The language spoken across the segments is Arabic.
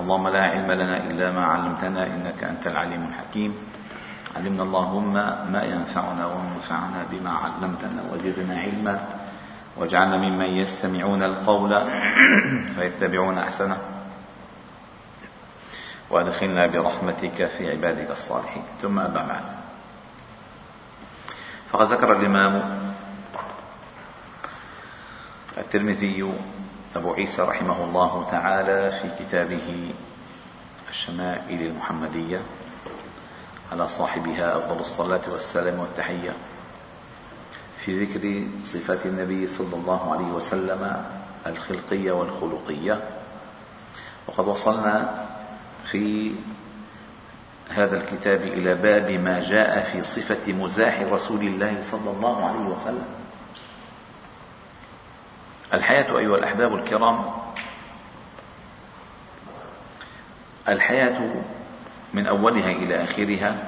اللهم لا علم لنا إلا ما علمتنا إنك أنت العليم الحكيم. علمنا اللهم ما ينفعنا وانفعنا بما علمتنا وزدنا علما، واجعلنا ممن يستمعون القول فيتبعون أحسنه، وادخلنا برحمتك في عبادك الصالحين. ثم أما بعد، فقد ذكر الإمام الترمذي أبو عيسى رحمه الله تعالى في كتابه الشمائل المحمدية على صاحبها أفضل الصلاة والسلام والتحية في ذكر صفات النبي صلى الله عليه وسلم الخلقية والخلقية. وقد وصلنا في هذا الكتاب إلى باب ما جاء في صفة مزاح رسول الله صلى الله عليه وسلم. الحياة أيها الأحباب الكرام، الحياة من أولها إلى آخرها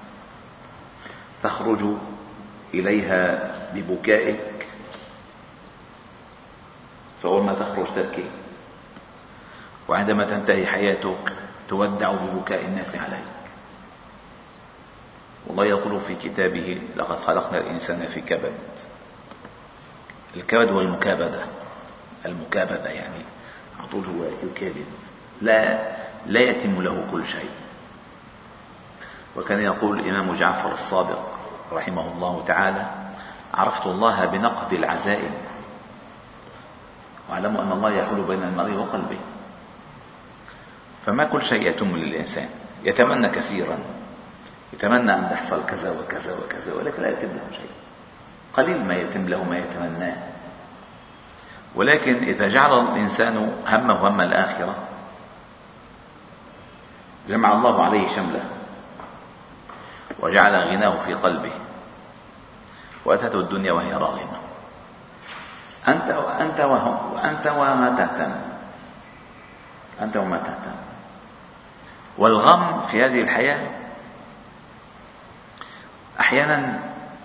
تخرج إليها ببكائك، فأول ما تخرج تبكي، وعندما تنتهي حياتك تودع ببكاء الناس عليك. والله يقول في كتابه: لقد خلقنا الإنسان في كبد. الكبد هو المكابدة يعني على طول هو يكابد، لا يتم له كل شيء. وكان يقول الإمام جعفر الصادق رحمه الله تعالى: عرفت الله بنقد العزائم، واعلموا أن الله يحول بين المرء وقلبه. فما كل شيء يتم للإنسان، يتمنى كثيرا، يتمنى أن تحصل كذا وكذا وكذا، ولكن لا يتم له شيء، قليل ما يتم له ما يتمناه. ولكن إذا جعل الإنسان همه هم الآخرة جمع الله عليه شمله، وجعل غناه في قلبه، وأتته الدنيا وهي راغمة. أنت وما تهتم. والغم في هذه الحياة أحيانا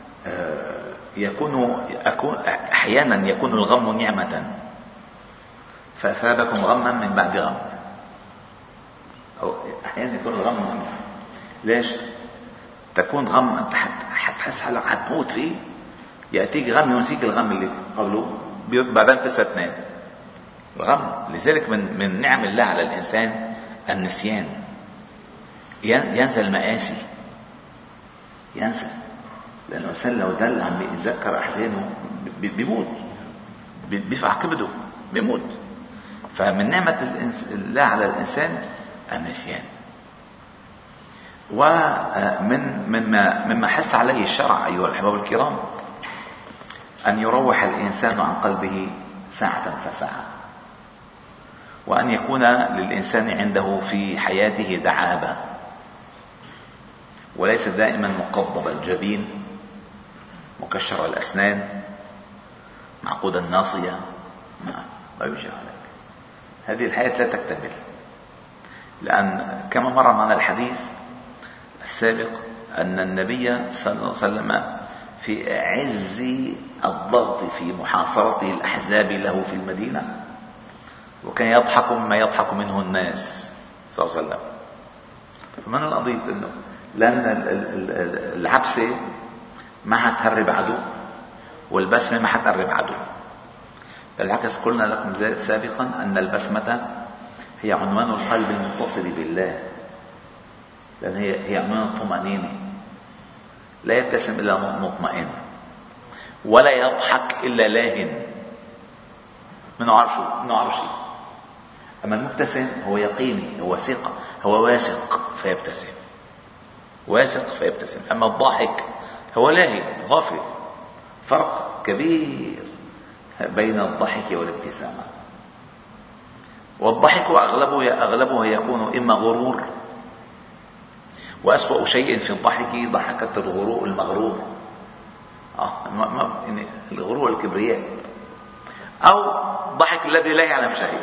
يكون الغم نعمة، فأثابكم غما من بعد غم. أو أحيانا يكون الغم نعمة. ليش؟ تكون غم أنت حتحس حالك حتموت فيه، يأتيك غم ينسيك الغم اللي قبله، بعدين تنام الغم. لذلك من نعم الله على الإنسان النسيان، ينسى المآسي، ينسى. لأنه الإنسان لو دل عم يتذكر أحزانه بيموت، بيفع كبده بيموت. فمن نعمة الله على الإنسان النسيان. مما حث عليه الشرع أيها الأحباب الكرام أن يروح الإنسان عن قلبه ساعة فساعة، وأن يكون للإنسان عنده في حياته دعابة، وليس دائما مقضب الجبين، مكشر الأسنان، معقود الناصية. لا يوجد عليك. هذه الحياة لا تكتمل، لأن كما مر معنا الحديث السابق أن النبي صلى الله عليه وسلم في عز الضغط في محاصرته الأحزاب له في المدينة، وكان يضحك مما يضحك منه الناس صلى الله عليه وسلم. فمن القضية أنه لأن العبسة ما حتهرب عدو، والبسمة ما حتقرب عدو. بالعكس، قلنا لكم سابقا أن البسمة هي عنوان القلب المتصل بالله، لأن هي عنوان الطمأنينة. لا يبتسم إلا مطمئن، ولا يضحك إلا لاهن من عرشه. أما المبتسم هو يقيني، هو ثقة، هو واثق فيبتسم. أما الضاحك هو لاهي غافل. فرق كبير بين الضحك والابتسامة. والضحك أغلبه يكون إما غرور، وأسوأ شيء في الضحك ضحكة الغرور المغرور، يعني الغرور الكبرياء، أو ضحك الذي لا يعلم شيء.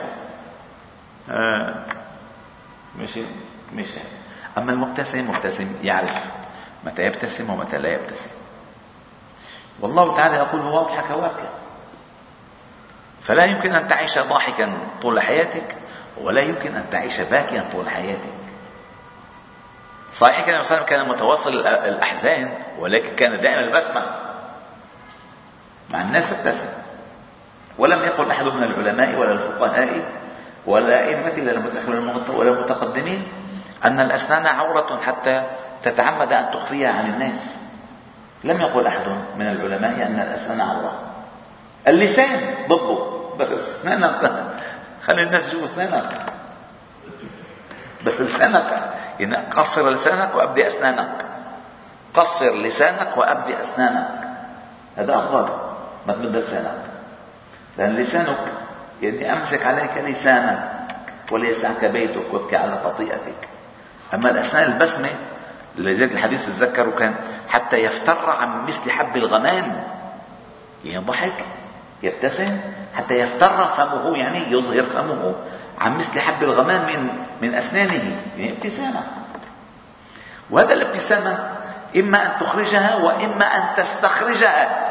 ماشي. أما المبتسم يعرف متى يبتسم ومتى لا يبتسم. والله تعالى يقول: هو أضحك وابكى. فلا يمكن أن تعيش ضاحكا طول حياتك ولا يمكن أن تعيش باكيا طول حياتك. صحيح كان الرسول كان متواصل الأحزان، ولكن كان دائما البسمة مع الناس، ابتسم. ولم يقل أحد من العلماء ولا الفقهاء ولا أئمة ولا المتقدمين أن الأسنان عورة حتى تتعمد أن تخفيها عن الناس. لم يقل أحد من العلماء أن الأسنان عورة. اللسان ضده، بس أسنانك خلي الناس يشوفوا أسنانك، بس لسانك يعني قصر لسانك وأبدي أسنانك، قصر لسانك وأبدي أسنانك، هذا أفضل ما تمد لسانك، لأن لسانك يعني أمسك عليك لسانك وليسعك بيتك وابكي على خطيئتك. أما الأسنان البسمة، لذلك الحديث تتذكروا كان حتى يفتر عن مثل حب الغمام، يعني ضحك يبتسم حتى يفتر فمه، يعني يظهر فمه عن مثل حب الغمام من أسنانه، يعني ابتسامة. وهذا الابتسامة إما أن تخرجها وإما أن تستخرجها،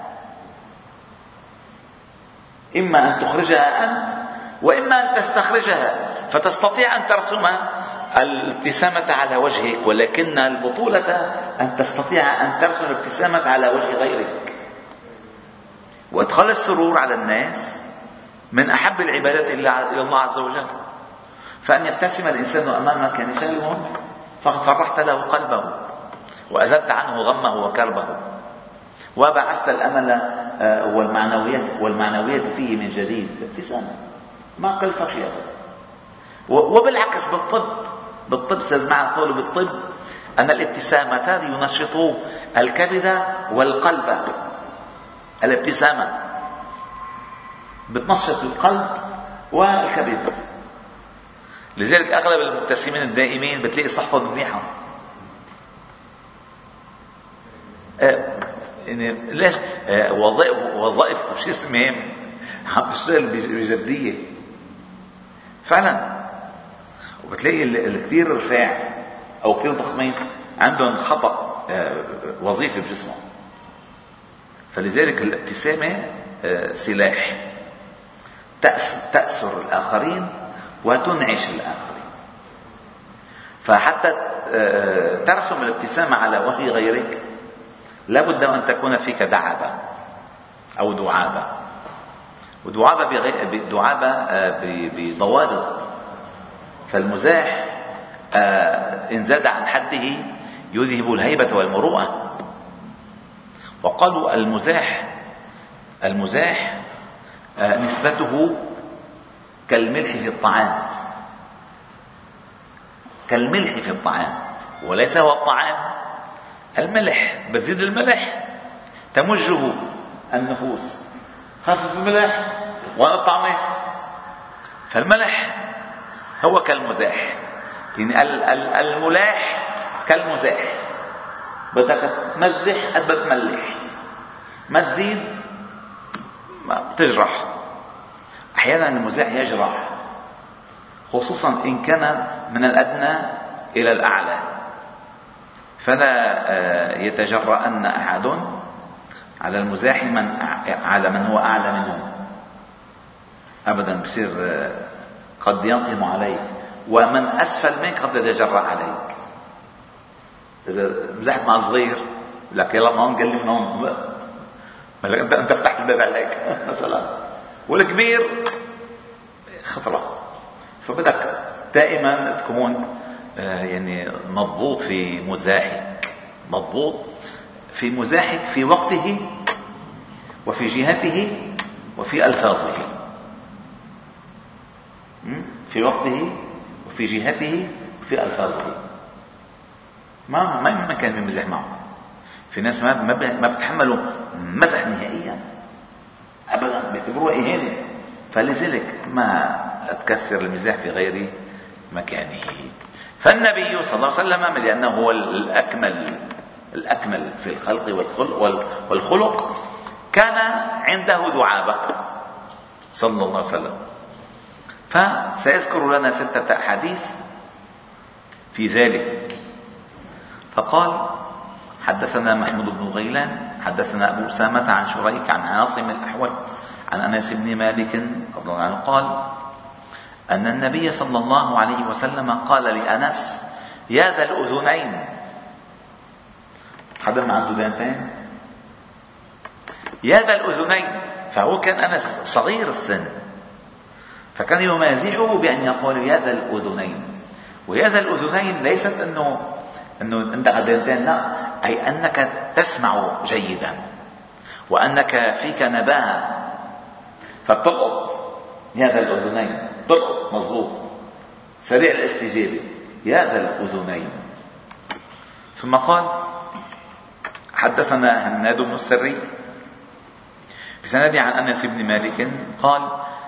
إما أن تخرجها أنت وإما أن تستخرجها، فتستطيع أن ترسم الابتسامة على وجهك، ولكن البطولة أن تستطيع أن ترسم الابتسامة على وجه غيرك. وادخال السرور على الناس من أحب العبادات إلى الله عز وجل. فأن يبتسم الإنسان أمامك يعني شيء فقد فرحت له قلبه وأزلت عنه غمه وكربه وبعثت الأمل والمعنويات فيه من جديد. الابتسامة ما كلفة شيء أبدا. وبالعكس بالطب سيزمع القول بالطب أن الابتسامة ينشط الكبد والقلب. الابتسامة بتنشط القلب والكبد، لذلك أغلب المبتسمين الدائمين بتلاقي صحتهم منيحة. يعني ليش؟ وظائف وش اسمهم عم تشتغل بجدية فعلا. وبتلاقي الكثير رفاع أو كثير ضخمين عندهم خطأ وظيفي بجسمهم. فلذلك الابتسامة سلاح تأسر الآخرين وتنعش الآخرين. فحتى ترسم الابتسامة على وجه غيرك لابد أن تكون فيك دعابة أو دعابة، ودعابة بضوابط. فالمزاح إن زاد عن حده يذهب الهيبة والمروءة. وقالوا المزاح نسبته كالملح في الطعام، كالملح في الطعام، وليس هو الطعام. الملح بتزيد الملح تمجه النفوس، خفف الملح والطعمه. فالملح هو كالمزاح، يعني الملاح كالمزاح. بدك تمزح قد بدك تملح، ما تزيد ما بتجرح. احيانا المزاح يجرح، خصوصا ان كان من الادنى الى الاعلى، فلا يتجرأن احد على المزاح على من هو اعلى منه ابدا. بصير قد ينقم عليك، ومن اسفل منك قد يتجرأ عليك. اذا مزحت مع الصغير لك يلا ما هون قال لي من هون، انت فتحت الباب عليك مثلا، والكبير خطره. فبدك دائما تكون يعني مضبوط في مزاحك، مضبوط في مزاحك في وقته وفي جهته وفي ألفاظه، في وقته وفي جهته وفي ألفاظه. ما كان بيمزح معه. في ناس ما بتحملوا مزح نهائيا ابدا، بيعتبروه اهانه. فلذلك ما تكثر المزاح في غير مكانه. فالنبي صلى الله عليه وسلم لانه هو الاكمل في الخلق والخلق كان عنده دعابه صلى الله عليه وسلم. فسيذكر لنا 6 أحاديث في ذلك. فقال: حدثنا محمود بن غيلان حدثنا أبو أسامة عن شريك عن عاصم الأحول عن أنس بن مالك رضي الله عنه قال: أن النبي صلى الله عليه وسلم قال لأنس: يا ذا الأذنين. حدا ما عنده دانتين؟ يا ذا الأذنين. فهو كان أنس صغير السن، فكان يمازحه بأن يقول يا ذا الأذنين. ويا ذا الأذنين ليست أنه أنت دانتين، لا، أي أنك تسمع جيدا وأنك فيك نباهة فبتلقط. يا ذا الأذنين، تلقط مظبوط، سريع الاستجابة. يا ذا الأذنين. ثم قال: حدثنا هناد بن السري بسنده عن أنس بن مالك قال: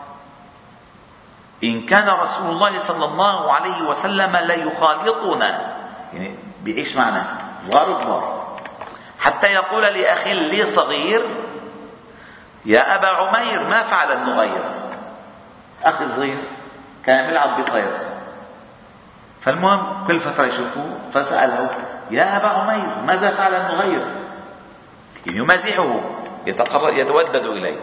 إن كان رسول الله صلى الله عليه وسلم لا يخالطنا، يعني بيعيش معنا صغار وكبار، حتى يقول لأخ لي صغير: يا أبا عمير ما فعل النغير. أخي صغير كان يلعب بطير، فالمهم كل فترة يشوفوه فسأله: يا أبا عمير ماذا فعل النغير؟ يمازحه، يتودد إليه.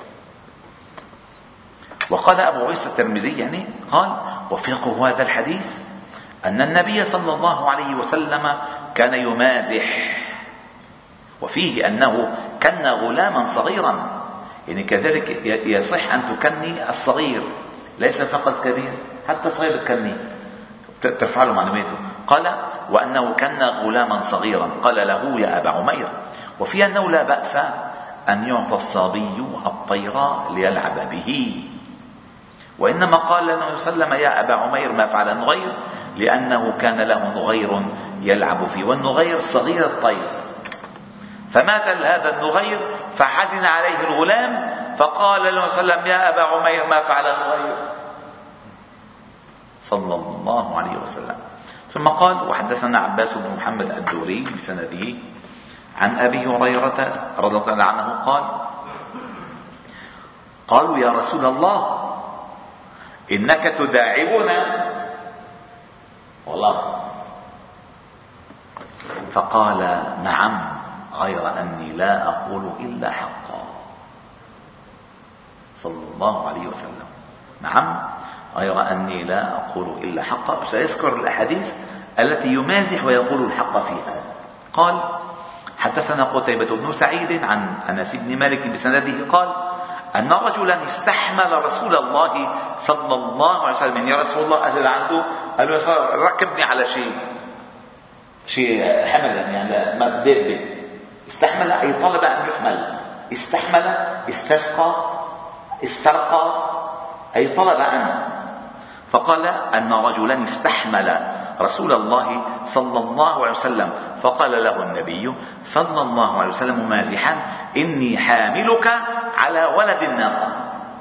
وقال أبو عيسى الترمذي يعني قال: وفقه هذا الحديث أن النبي صلى الله عليه وسلم كان يمازح، وفيه أنه كان غلاما صغيرا، يعني كذلك يصح أن تكني الصغير، ليس فقط كبير، حتى صغير تكني ترفع له معلوماته. قال: وأنه كان غلاما صغيرا، قال له: يا أبا عمير. وفي أنه لا بأس أن يعطى الصبي الطير ليلعب به، وإنما قال النبي صلى الله عليه وسلم: يا أبا عمير ما فعل النغير، لأنه كان له نغير يلعب فيه، والنغير صغير الطير، فمات هذا النغير فحزن عليه الغلام، فقال النبي صلى الله عليه وسلم: يا أبا عمير ما فعل النغير، صلى الله عليه وسلم. ثم قال: وحدثنا عباس بن محمد الدوري بسنده عن أبي هريرة رضي الله عنه قال: قالوا: يا رسول الله إنك تداعبنا، والله. فقال: نعم، غير أني لا أقول إلا حقا، صلى الله عليه وسلم. نعم، غير أني لا أقول إلا حقا. سيذكر الأحاديث التي يمازح ويقول الحق فيها. قال: حدثنا قتيبة بن سعيد عن أنس بن مالك بسنده قال: أن رجلا استحمل رسول الله صلى الله عليه وسلم. يا رسول الله أجل عنده، قال له: ركبني على شيء حمل، يعني ما دابة. استحمل أي طلب أن يحمل. استحمل، استسقى، استرقى، أي طلب عنه. فقال: أن رجلا استحمل رسول الله صلى الله عليه وسلم، فقال له النبي صلى الله عليه وسلم مازحا: إني حاملك على ولد الناقة.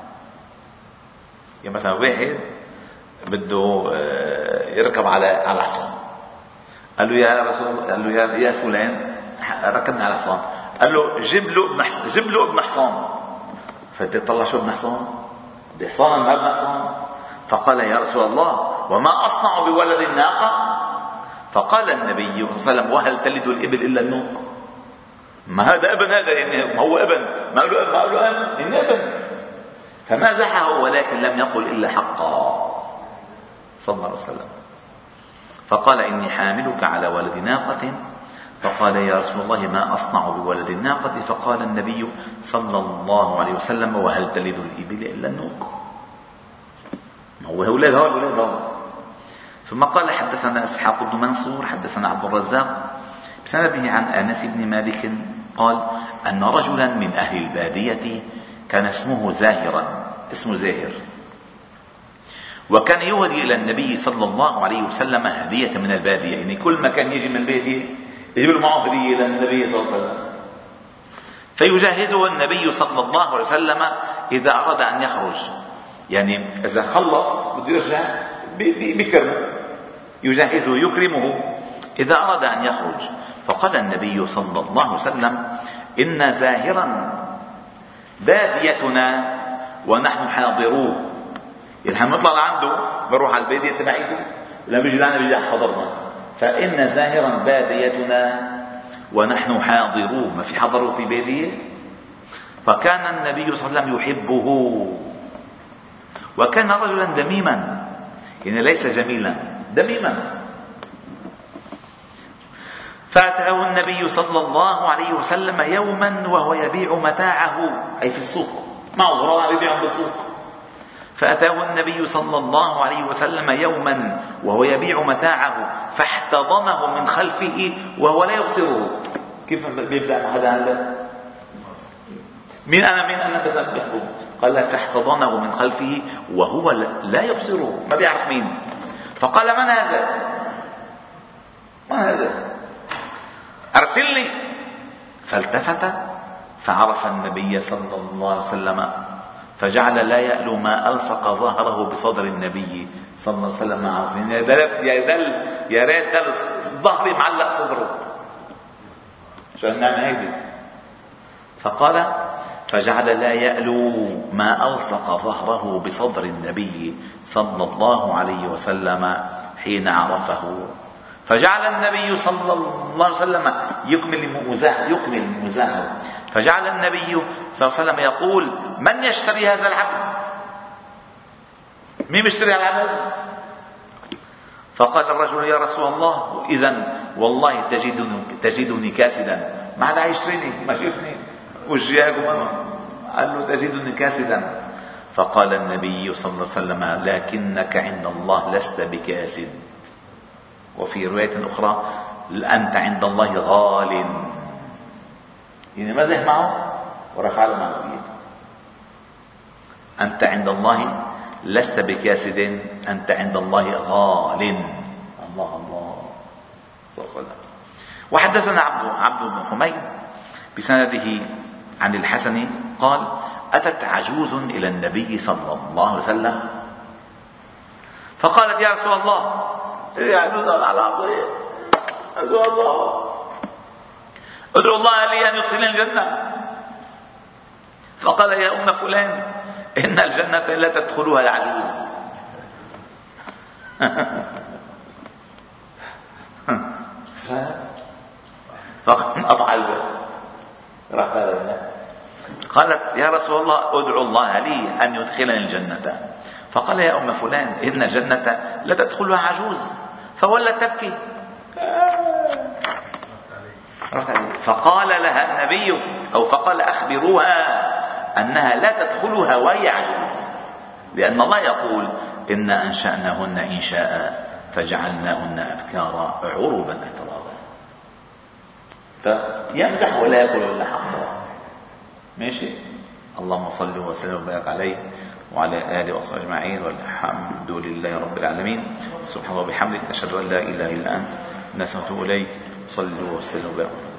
يعني مثلا واحد بده يركب على حصان، قال له: يا رسول، قال له: يا فلان ركبنا على حصان. قال له: جيب له ابن حصان. فتطلع شو ابن حصان؟ بحصان ما ابن حصان. فقال: يا رسول الله وما أصنع بولد الناقة؟ فقال النبي صلى الله عليه وسلم: وهل تلد الإبل إلا النوق؟ ما هذا ابن، هذا يعني ما هو ابن، ما له إن ابن. فمازحه ولكن لم يقل إلا حقا، صلى الله عليه وسلم. فقال: إني حاملك على ولد ناقة. فقال: يا رسول الله ما أصنع بولد الناقة؟ فقال النبي صلى الله عليه وسلم: وهل تلد الإبل إلا النوق؟ ما هو أولاد هؤلاء. ثم قال: حدثنا إسحاق بن منصور حدثنا عبد الرزاق بسنده عن أنس بن مالك قال: أن رجلا من أهل البادية كان اسمه زاهر، وكان يهدي إلى النبي صلى الله عليه وسلم هدية من البادية، يعني كل ما كان يجي من البادية يجيب له معه هدية إلى النبي صلى الله عليه وسلم. فيجهزه النبي صلى الله عليه وسلم إذا أراد أن يخرج، يعني إذا خلص بده يرجع بكرمه، يجهزه يكرمه إذا أراد أن يخرج. فقال النبي صلى الله عليه وسلم: إن زاهرا باديتنا ونحن حاضروه. يعني نطلع عنده بروح على البادية تبعيته، لما بيجي لنا بيجي حضرنا. فإن زاهرا باديتنا ونحن حاضروه، ما في حضره في بادية. فكان النبي صلى الله عليه وسلم يحبه وكان رجلا دميما، يعني ليس جميلا، دميما. فأتاه النبي صلى الله عليه وسلم يوما وهو يبيع متاعه، أي في السوق، معه ضرائب يبيعهم بالسوق. فأتاه النبي صلى الله عليه وسلم يوما وهو يبيع متاعه فاحتضنه من خلفه وهو لا يبصره. كيف بيفزع هذا عنده؟ مين أنا بس بحبه. قال فاحتضنه من خلفه وهو لا يبصره، ما بيعرف مين. فقال من هذا؟ من هذا؟ أرسلني. فالتفت فعرف النبي صلى الله عليه وسلم، فجعل لا يألو ما ألصق ظهره بصدر النبي صلى الله عليه وسلم. يا ريت دل ظهري معلق بصدره، شو نعمل هيدي. فقال فجعل لا يألو ما ألصق ظهره بصدر النبي صلى الله عليه وسلم حين عرفه. فجعل النبي صلى الله عليه وسلم يكمل مزاحه. فجعل النبي صلى الله عليه وسلم يقول من يشتري هذا العبد؟ مين يشتري العبد؟ فقال الرجل يا رسول الله إذن والله تجدني كاسدا، ما حدا يشتريني، ما شفني وجهك. قال له تجدني كاسدا. فقال النبي صلى الله عليه وسلم لكنك عند الله لست بكاسد. وفي رواية أخرى أنت عند الله غال، يعني مزح معه ورفع له معنوية. أنت عند الله لست بكاسد، أنت عند الله غال. الله الله صلى الله عليه وسلم. وحدثنا عبد بن حميد بسنده عن الحسن قال أتت عجوز إلى النبي صلى الله عليه وسلم فقالت يا رسول الله يعلون على عصيه، رسول الله ادعو الله لي أن يدخلني الجنة. فقال يا أم فلان إن الجنة لا تدخلها العجوز. فانقطع الباب. قالت يا رسول الله ادعو الله لي أن يدخلني الجنة. فقال يا أم فلان إن الجنة لا تدخلها عجوز. فولت تبكي. فقال لها النبي أو فقال أخبروها أنها لا تدخلها وهي عجوز، لأن الله يقول إن أنشأناهن إنشاء فجعلناهن أبكارا عربا أترابا. فيمزح ولا يأكل اللحم. ماشي. اللهم صل وسلم وبارك عليه وعلى آله وصحبه أجمعين والحمد لله رب العالمين. سبحان الله وبحمدك نشهد أن لا إله إلا أنت نستغفرك إليك. صلوا وسلموا وبارك.